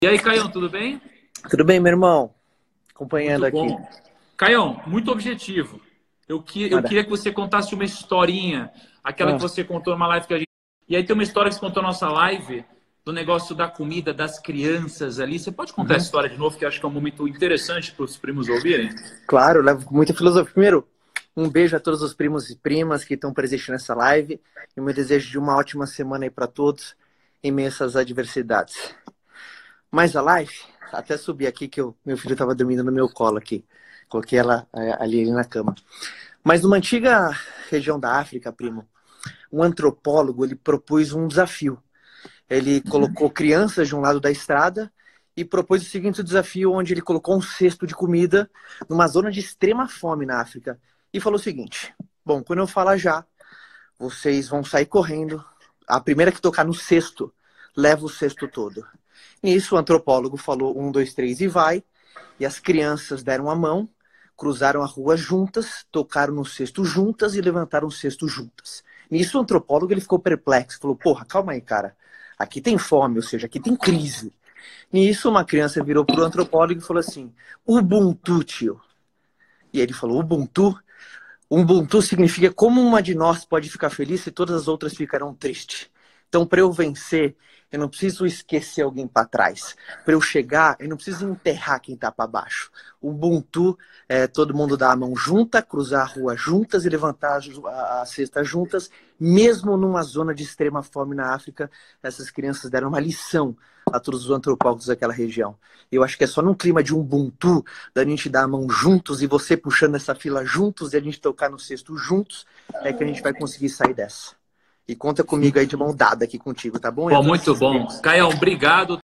E aí, Caião, tudo bem? Tudo bem, meu irmão? Acompanhando Muito aqui. bom. Caião, muito objetivo. Eu Manda. queria que você contasse uma historinha, aquela que Ah, você contou numa live que a gente. E aí tem uma história que você contou na nossa live, do negócio da comida das crianças ali. Você pode contar essa uhum. história de novo, que eu acho que é um momento interessante para os primos ouvirem? Claro, levo com muita filosofia. Primeiro, um beijo a todos os primos e primas que estão presentes nessa live e o meu desejo de uma ótima semana aí para todos, em meio a essas adversidades. Mas a live, até subi aqui que meu filho estava dormindo no meu colo aqui. Coloquei ela ali na cama. Mas numa antiga região da África, primo, um antropólogo ele propôs um desafio. Ele colocou crianças de um lado da estrada e propôs o seguinte desafio, onde ele colocou um cesto de comida numa zona de extrema fome na África. E falou o seguinte: bom, quando eu falar já, vocês vão sair correndo. A primeira que tocar no cesto, leva o cesto todo. Nisso, o antropólogo falou um, dois, três e vai. E as crianças deram a mão, cruzaram a rua juntas, tocaram no cesto juntas e levantaram o cesto juntas. Nisso, o antropólogo ele ficou perplexo, falou: porra, calma aí, cara. Aqui tem fome, ou seja, aqui tem crise. Nisso, uma criança virou para o antropólogo e falou assim: Ubuntu, tio. E ele falou: Ubuntu? Ubuntu significa como uma de nós pode ficar feliz se todas as outras ficarão tristes. Então, para eu vencer, eu não preciso esquecer alguém para trás. Para eu chegar, eu não preciso enterrar quem está para baixo. Ubuntu é todo mundo dar a mão junta, cruzar a rua juntas e levantar a cesta juntas. Mesmo numa zona de extrema fome na África, essas crianças deram uma lição a todos os antropólogos daquela região. Eu acho que é só num clima de Ubuntu, da gente dar a mão juntos e você puxando essa fila juntos e a gente tocar no cesto juntos, é que a gente vai conseguir sair dessa. E conta comigo aí de mão dada aqui contigo, tá bom? E a Bom, todos muito esses bom. primos. Caião, obrigado.